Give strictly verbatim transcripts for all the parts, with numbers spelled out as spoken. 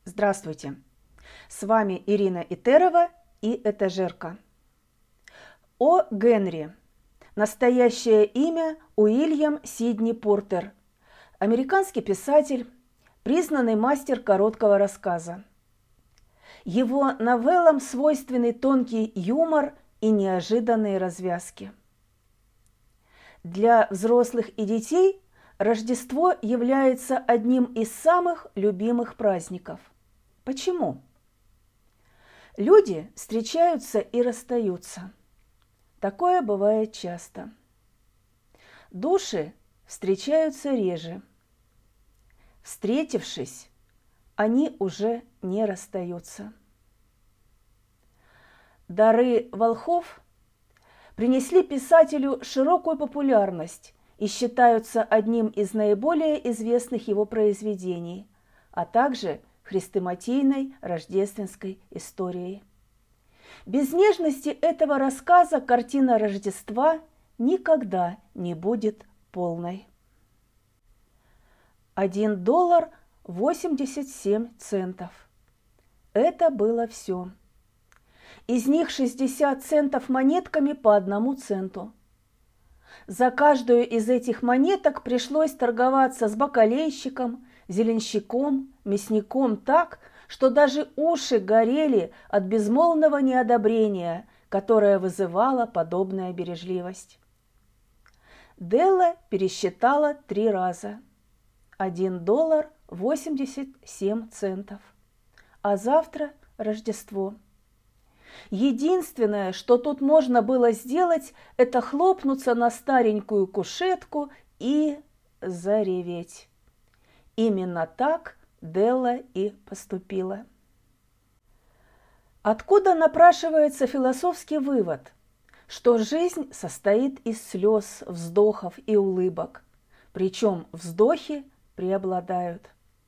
Здравствуйте! С вами Ирина Итерова и Этажерка. О. Генри. Настоящее имя Уильям Сидни Портер. Американский писатель, признанный мастер короткого рассказа. Его новеллам свойственны тонкий юмор и неожиданные развязки. Для взрослых и детей Рождество является одним из самых любимых праздников. Почему? Люди встречаются и расстаются. Такое бывает часто. Души встречаются реже. Встретившись, они уже не расстаются. Дары волхвов принесли писателю широкую популярность и считаются одним из наиболее известных его произведений, а также хрестоматийной рождественской историей. Без нежности этого рассказа картина Рождества никогда не будет полной. Один доллар восемьдесят семь центов. Это было все. Из них шестьдесят центов монетками по одному центу. За каждую из этих монеток пришлось торговаться с бакалейщиком, зеленщиком, мясником так, что даже уши горели от безмолвного неодобрения, которое вызывала подобная бережливость. Делла пересчитала три раза. Один доллар восемьдесят семь центов. А завтра Рождество. Единственное, что тут можно было сделать, это хлопнуться на старенькую кушетку и зареветь. Именно так Делла и поступила. Откуда напрашивается философский вывод, что жизнь состоит из слез, вздохов и улыбок, причем вздохи преобладают.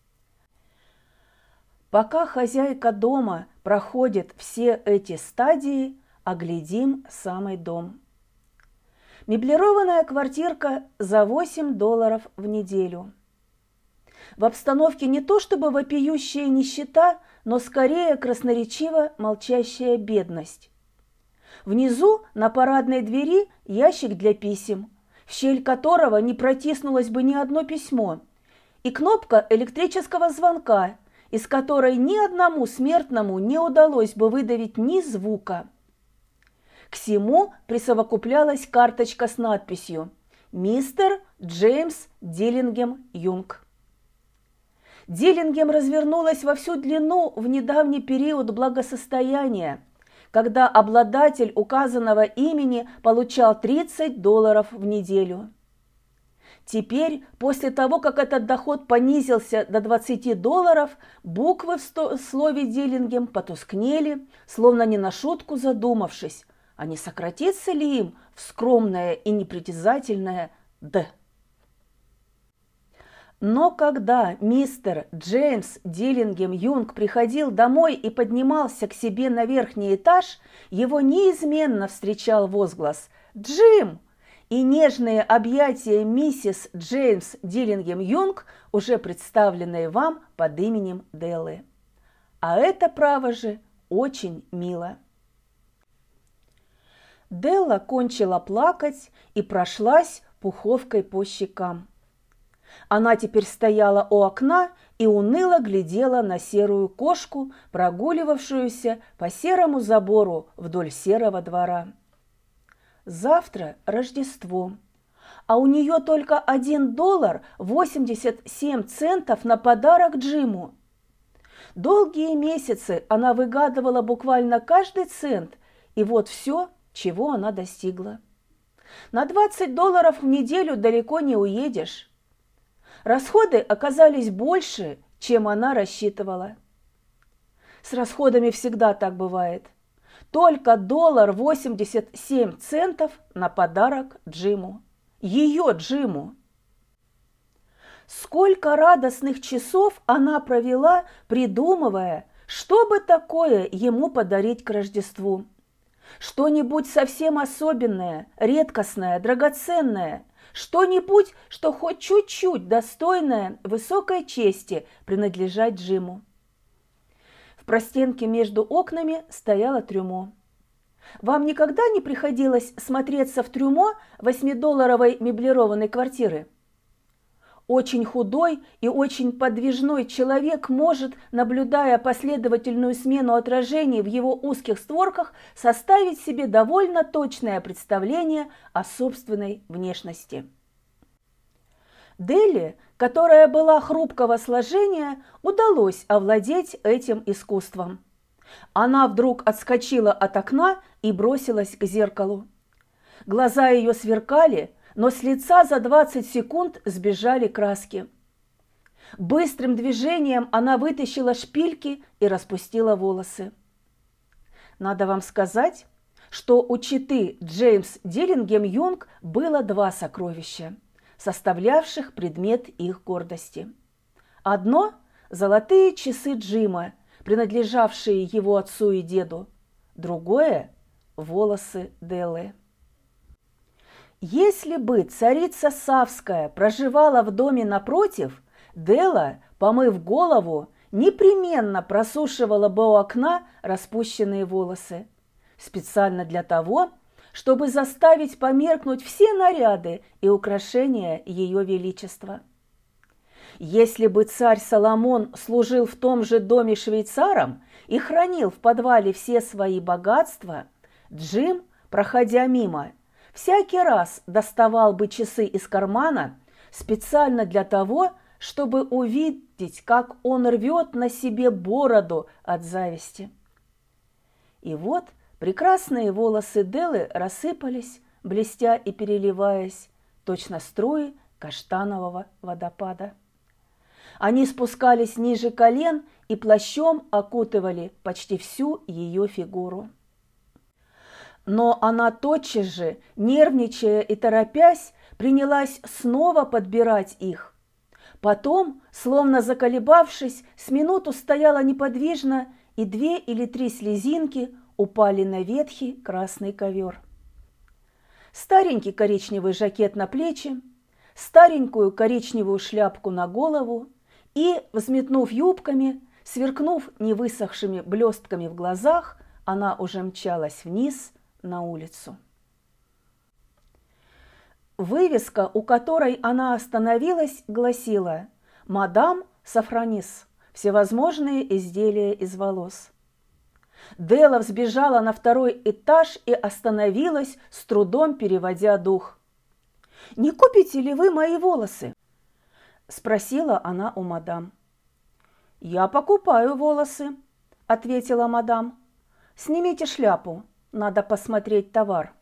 Пока хозяйка дома проходит все эти стадии, оглядим самый дом. Меблированная квартирка за восемь долларов в неделю. В обстановке не то чтобы вопиющая нищета, но скорее красноречиво молчащая бедность. Внизу на парадной двери ящик для писем, в щель которого не протиснулось бы ни одно письмо, и кнопка электрического звонка, из которой ни одному смертному не удалось бы выдавить ни звука. К всему присовокуплялась карточка с надписью «Мистер Джеймс Диллингем Юнг». Диллингем развернулась во всю длину в недавний период благосостояния, когда обладатель указанного имени получал тридцать долларов в неделю. Теперь, после того, как этот доход понизился до двадцати долларов, буквы в слове Диллингем потускнели, словно не на шутку задумавшись, а не сократится ли им в скромное и непритязательное «Д». Но когда мистер Джеймс Диллингем Юнг приходил домой и поднимался к себе на верхний этаж, его неизменно встречал возглас «Джим!» и нежные объятия миссис Джеймс Диллингем Юнг, уже представленные вам под именем Деллы. А это, право же, очень мило. Делла кончила плакать и прошлась пуховкой по щекам. Она теперь стояла у окна и уныло глядела на серую кошку, прогуливавшуюся по серому забору вдоль серого двора. Завтра Рождество, а у нее только один доллар восемьдесят семь центов на подарок Джиму. Долгие месяцы она выгадывала буквально каждый цент, и вот все, чего она достигла. На двадцать долларов в неделю далеко не уедешь. Расходы оказались больше, чем она рассчитывала. С расходами всегда так бывает. Только доллар восемьдесят семь центов на подарок Джиму. Ее Джиму. Сколько радостных часов она провела, придумывая, что бы такое ему подарить к Рождеству. Что-нибудь совсем особенное, редкостное, драгоценное. Что-нибудь, что хоть чуть-чуть достойное высокой чести принадлежать Джиму. простенке между окнами стояло трюмо. Вам никогда не приходилось смотреться в трюмо восьмидолларовой меблированной квартиры? Очень худой и очень подвижной человек может, наблюдая последовательную смену отражений в его узких створках, составить себе довольно точное представление о собственной внешности. Делли, которая была хрупкого сложения, удалось овладеть этим искусством. Она вдруг отскочила от окна и бросилась к зеркалу. Глаза ее сверкали, но с лица за двадцать секунд сбежали краски. Быстрым движением она вытащила шпильки и распустила волосы. Надо вам сказать, что у четы Джеймс Диллингем-Юнг было два сокровища, составлявших предмет их гордости. Одно – золотые часы Джима, принадлежавшие его отцу и деду. Другое – волосы Деллы. Если бы царица Савская проживала в доме напротив, Делла, помыв голову, непременно просушивала бы у окна распущенные волосы, специально для того, чтобы заставить померкнуть все наряды и украшения ее величества. Если бы царь Соломон служил в том же доме швейцаром и хранил в подвале все свои богатства, Джим, проходя мимо, всякий раз доставал бы часы из кармана специально для того, чтобы увидеть, как он рвет на себе бороду от зависти. И вот прекрасные волосы Деллы рассыпались, блестя и переливаясь, точно струи каштанового водопада. Они спускались ниже колен и плащом окутывали почти всю ее фигуру. Но она тотчас же, нервничая и торопясь, принялась снова подбирать их. Потом, словно заколебавшись, с минуту стояла неподвижно, и две или три слезинки упали на ветхий красный ковер. Старенький коричневый жакет на плечи, старенькую коричневую шляпку на голову и, взметнув юбками, сверкнув невысохшими блестками в глазах, она уже мчалась вниз на улицу. Вывеска, у которой она остановилась, гласила «Мадам Сафронис. Всевозможные изделия из волос». Делла взбежала на второй этаж и остановилась, с трудом переводя дух. «Не купите ли вы мои волосы?» – спросила она у мадам. «Я покупаю волосы», – ответила мадам. «Снимите шляпу. Надо посмотреть товар».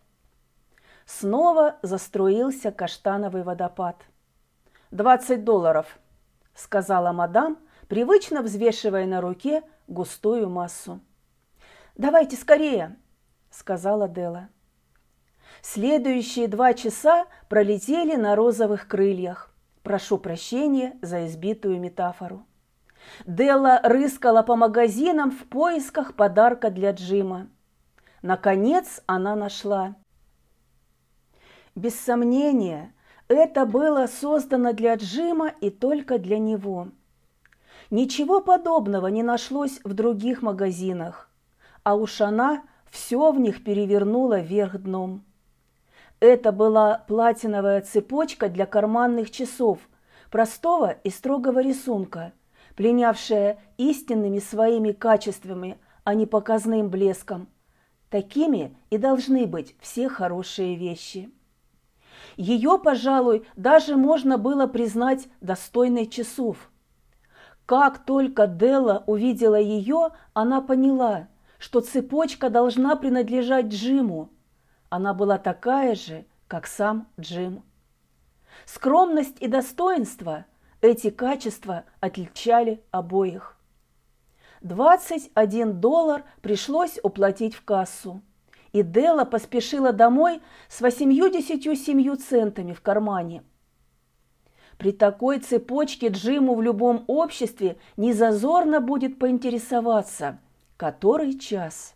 Снова заструился каштановый водопад. «Двадцать долларов», – сказала мадам, привычно взвешивая на руке густую массу. «Давайте скорее», – сказала Делла. Следующие два часа пролетели на розовых крыльях. Прошу прощения за избитую метафору. Делла рыскала по магазинам в поисках подарка для Джима. Наконец она нашла. Без сомнения, это было создано для Джима и только для него. Ничего подобного не нашлось в других магазинах, а уж она все в них перевернула вверх дном. Это была платиновая цепочка для карманных часов, простого и строгого рисунка, пленявшая истинными своими качествами, а не показным блеском. Такими и должны быть все хорошие вещи. Ее, пожалуй, даже можно было признать достойной часов. Как только Делла увидела ее, она поняла, что цепочка должна принадлежать Джиму. Она была такая же, как сам Джим. Скромность и достоинство – эти качества отличали обоих. двадцать один доллар пришлось уплатить в кассу, и Делла поспешила домой с восемьюдесятью семью центами в кармане. При такой цепочке Джиму в любом обществе незазорно будет поинтересоваться, который час.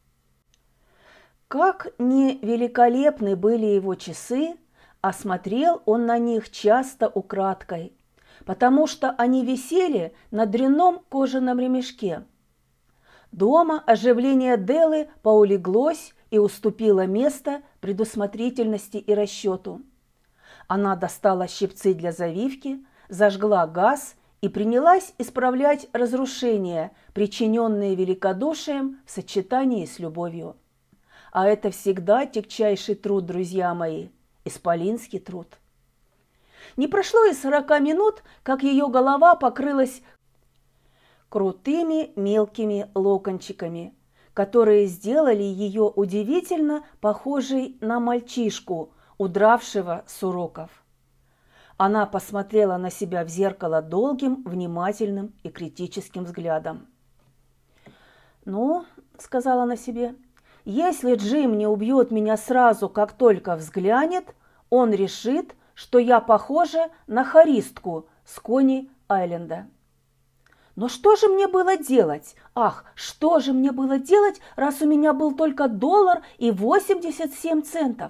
Как не великолепны были его часы, а смотрел он на них часто украдкой, потому что они висели на дрянном кожаном ремешке. Дома оживление Делы поулеглось и уступило место предусмотрительности и расчету. Она достала щипцы для завивки, зажгла газ и принялась исправлять разрушения, причиненные великодушием в сочетании с любовью. А это всегда тягчайший труд, друзья мои, исполинский труд. Не прошло и сорока минут, как ее голова покрылась крутыми мелкими локончиками, которые сделали ее удивительно похожей на мальчишку, удравшего с уроков. Она посмотрела на себя в зеркало долгим, внимательным и критическим взглядом. «Ну, — сказала она себе, — если Джим не убьет меня сразу, как только взглянет, он решит, что я похожа на хористку с Кони-Айленда. Но что же мне было делать? Ах, что же мне было делать, раз у меня был только доллар и восемьдесят семь центов?»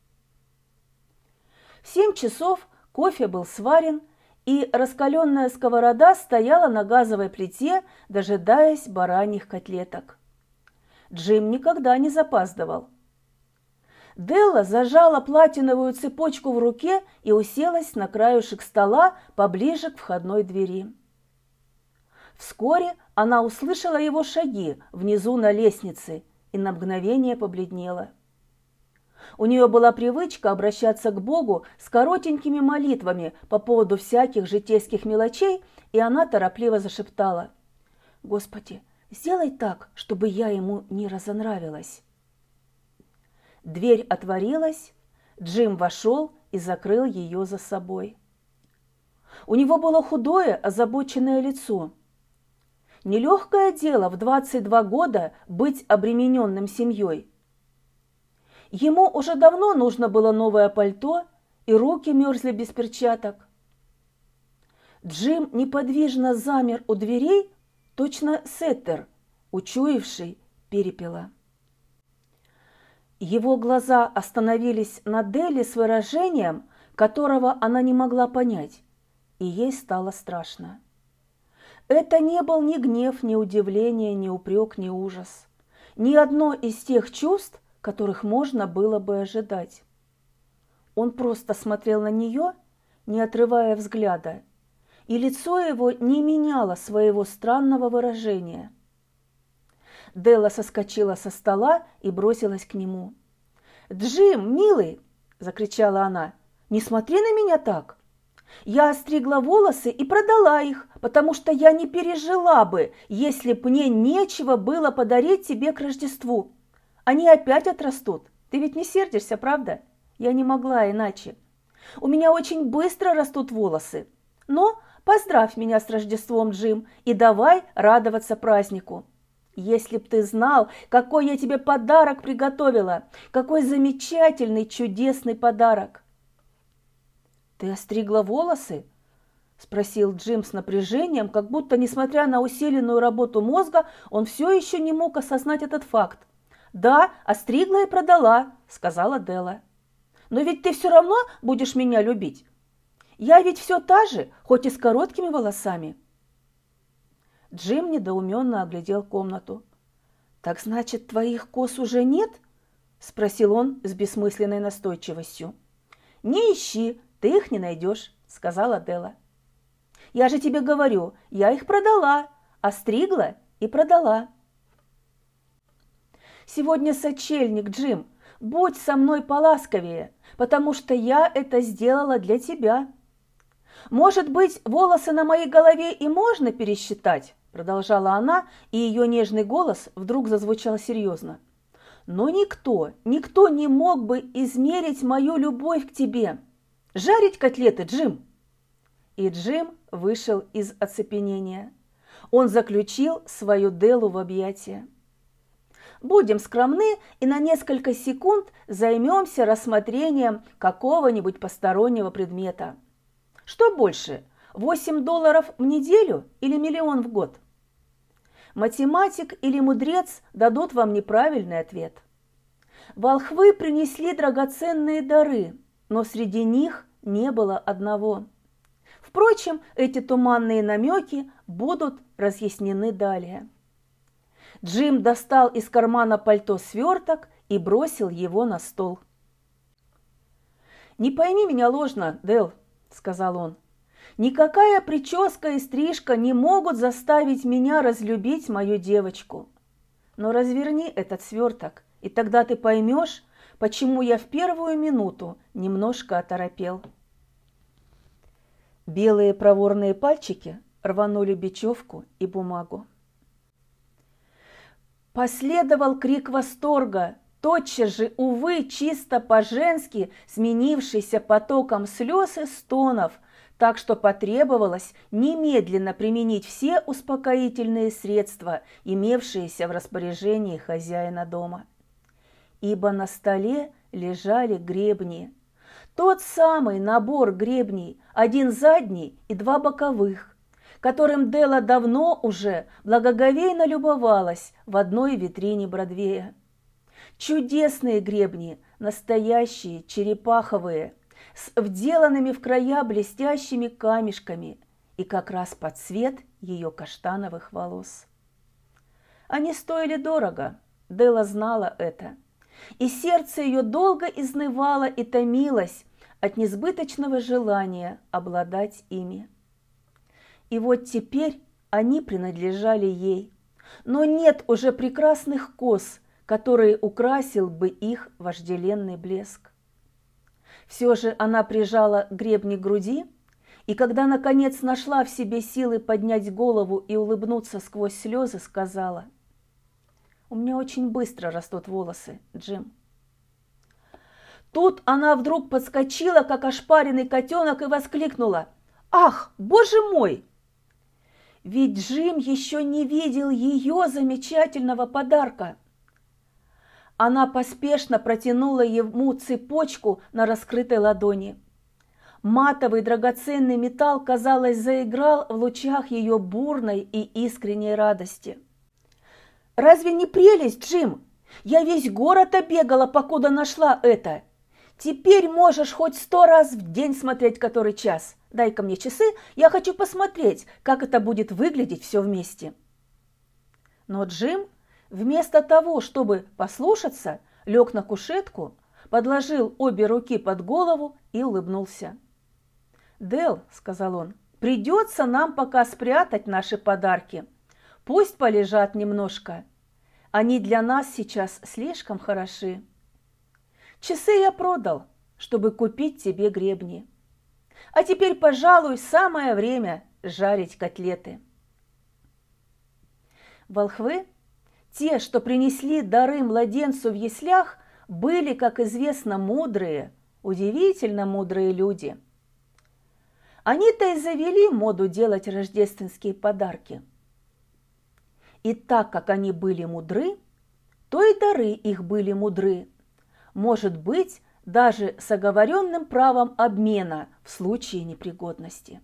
В семь часов кофе был сварен, и раскаленная сковорода стояла на газовой плите, дожидаясь бараньих котлеток. Джим никогда не запаздывал. Делла зажала платиновую цепочку в руке и уселась на краюшек стола поближе к входной двери. Вскоре она услышала его шаги внизу на лестнице и на мгновение побледнела. У нее была привычка обращаться к Богу с коротенькими молитвами по поводу всяких житейских мелочей, и она торопливо зашептала: «Господи, сделай так, чтобы я ему не разонравилась». Дверь отворилась, Джим вошел и закрыл ее за собой. У него было худое, озабоченное лицо. Нелегкое дело в двадцать два года быть обремененным семьей. Ему уже давно нужно было новое пальто, и руки мерзли без перчаток. Джим неподвижно замер у дверей, точно сеттер, учуявший перепела. Его глаза остановились на Деле с выражением, которого она не могла понять, и ей стало страшно. Это не был ни гнев, ни удивление, ни упрек, ни ужас. Ни одно из тех чувств, которых можно было бы ожидать. Он просто смотрел на нее, не отрывая взгляда, и лицо его не меняло своего странного выражения. Делла соскочила со стола и бросилась к нему. «Джим, милый!» – закричала она. «Не смотри на меня так! Я остригла волосы и продала их, потому что я не пережила бы, если б мне нечего было подарить тебе к Рождеству. Они опять отрастут. Ты ведь не сердишься, правда? Я не могла иначе. У меня очень быстро растут волосы. Но поздравь меня с Рождеством, Джим, и давай радоваться празднику. Если б ты знал, какой я тебе подарок приготовила, какой замечательный, чудесный подарок!» «Ты остригла волосы?» – спросил Джим с напряжением, как будто, несмотря на усиленную работу мозга, он все еще не мог осознать этот факт. «Да, остригла и продала», – сказала Делла. «Но ведь ты все равно будешь меня любить. Я ведь все та же, хоть и с короткими волосами». Джим недоуменно оглядел комнату. «Так значит, твоих кос уже нет?» – спросил он с бессмысленной настойчивостью. «Не ищи, ты их не найдешь», – сказала Делла. «Я же тебе говорю, я их продала, остригла и продала». «Сегодня сочельник, Джим, будь со мной поласковее, потому что я это сделала для тебя. Может быть, волосы на моей голове и можно пересчитать?» Продолжала она, и ее нежный голос вдруг зазвучал серьезно. «Но никто, никто не мог бы измерить мою любовь к тебе. Жарить котлеты, Джим!» И Джим вышел из оцепенения. Он заключил свою Деллу в объятия. «Будем скромны и на несколько секунд займемся рассмотрением какого-нибудь постороннего предмета. Что больше, восемь долларов в неделю или миллион в год? Математик или мудрец дадут вам неправильный ответ. Волхвы принесли драгоценные дары, но среди них не было одного. Впрочем, эти туманные намеки будут разъяснены далее. Джим достал из кармана пальто сверток и бросил его на стол. «Не пойми меня ложно, Дэл», – сказал он. «Никакая прическа и стрижка не могут заставить меня разлюбить мою девочку. Но разверни этот сверток, и тогда ты поймешь, почему я в первую минуту немножко оторопел». Белые проворные пальчики рванули бечевку и бумагу. Последовал крик восторга, тотчас же, увы, чисто по-женски сменившийся потоком слез и стонов, так что потребовалось немедленно применить все успокоительные средства, имевшиеся в распоряжении хозяина дома. Ибо на столе лежали гребни. Тот самый набор гребней, один задний и два боковых, которым Дела давно уже благоговейно любовалась в одной витрине Бродвея. Чудесные гребни, настоящие, черепаховые, с вделанными в края блестящими камешками и как раз под цвет ее каштановых волос. Они стоили дорого, Дела знала это, и сердце ее долго изнывало и томилось от несбыточного желания обладать ими. И вот теперь они принадлежали ей, но нет уже прекрасных кос, который украсил бы их вожделенный блеск. Все же она прижала гребни к груди, и когда, наконец, нашла в себе силы поднять голову и улыбнуться сквозь слезы, сказала: «У меня очень быстро растут волосы, Джим». Тут она вдруг подскочила, как ошпаренный котенок, и воскликнула: «Ах, боже мой!» Ведь Джим еще не видел ее замечательного подарка. Она поспешно протянула ему цепочку на раскрытой ладони. Матовый драгоценный металл, казалось, заиграл в лучах ее бурной и искренней радости. «Разве не прелесть, Джим? Я весь город обегала, покуда нашла это. Теперь можешь хоть сто раз в день смотреть, который час. Дай-ка мне часы, я хочу посмотреть, как это будет выглядеть все вместе». Но Джим, вместо того, чтобы послушаться, лег на кушетку, подложил обе руки под голову и улыбнулся. «Дэл», — сказал он, — «придется нам пока спрятать наши подарки. Пусть полежат немножко. Они для нас сейчас слишком хороши. Часы я продал, чтобы купить тебе гребни. А теперь, пожалуй, самое время жарить котлеты». Волхвы, те, что принесли дары младенцу в яслях, были, как известно, мудрые, удивительно мудрые люди. Они-то и завели моду делать рождественские подарки. И так как они были мудры, то и дары их были мудры, может быть, даже с оговоренным правом обмена в случае непригодности.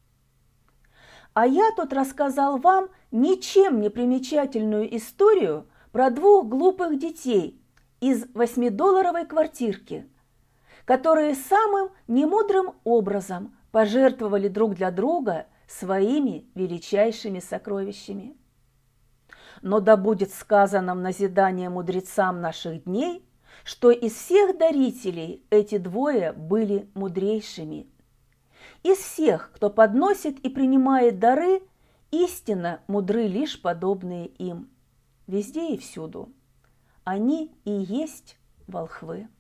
А я тут рассказал вам ничем не примечательную историю про двух глупых детей из восьмидолларовой квартирки, которые самым немудрым образом пожертвовали друг для друга своими величайшими сокровищами. Но да будет сказано в назидание мудрецам наших дней, что из всех дарителей эти двое были мудрейшими. Из всех, кто подносит и принимает дары, истинно мудры лишь подобные им. Везде и всюду. Они и есть волхвы.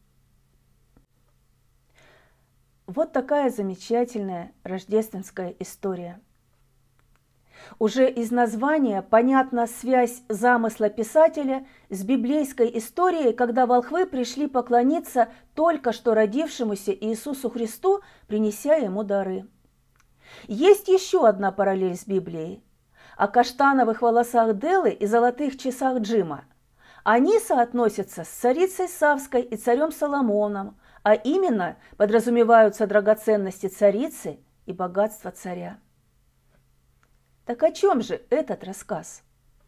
Вот такая замечательная рождественская история. Уже из названия понятна связь замысла писателя с библейской историей, когда волхвы пришли поклониться только что родившемуся Иисусу Христу, принеся ему дары. Есть еще одна параллель с Библией – о каштановых волосах Делы и золотых часах Джима. Они соотносятся с царицей Савской и царем Соломоном, а именно подразумеваются драгоценности царицы и богатство царя. Так о чем же этот рассказ?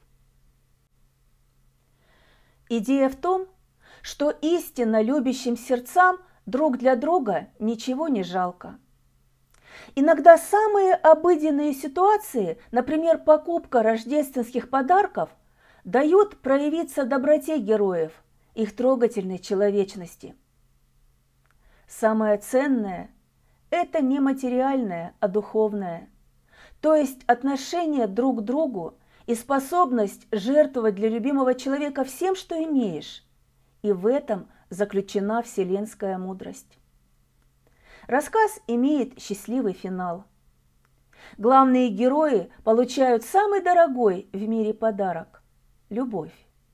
Идея в том, что истинно любящим сердцам друг для друга ничего не жалко. Иногда самые обыденные ситуации, например, покупка рождественских подарков, дают проявиться доброте героев, их трогательной человечности. Самое ценное – это не материальное, а духовное, то есть отношение друг к другу и способность жертвовать для любимого человека всем, что имеешь. И в этом заключена вселенская мудрость. Рассказ имеет счастливый финал. Главные герои получают самый дорогой в мире подарок – любовь.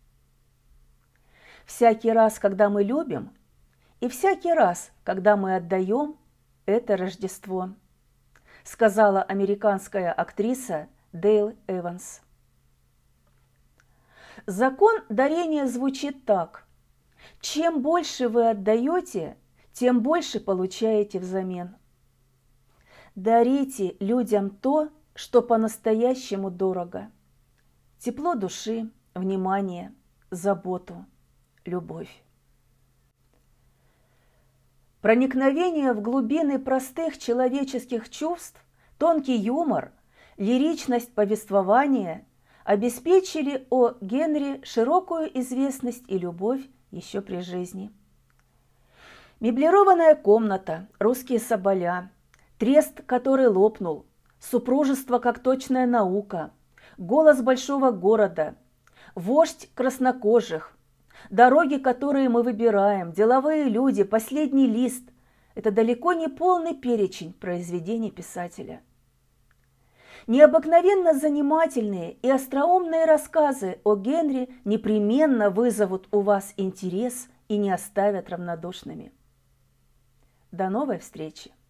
Всякий раз, когда мы любим, и всякий раз, когда мы отдаем, это Рождество, сказала американская актриса Дейл Эванс. Закон дарения звучит так: чем больше вы отдаете, тем больше получаете взамен. Дарите людям то, что по-настоящему дорого. Тепло души, внимание, заботу, любовь. Проникновение в глубины простых человеческих чувств, тонкий юмор, лиричность повествования обеспечили О. Генри широкую известность и любовь еще при жизни. Меблированная комната, русские соболя, трест, который лопнул, супружество как точная наука, голос большого города, вождь краснокожих, дороги, которые мы выбираем, деловые люди, последний лист – это далеко не полный перечень произведений писателя. Необыкновенно занимательные и остроумные рассказы о Генри непременно вызовут у вас интерес и не оставят равнодушными. До новой встречи!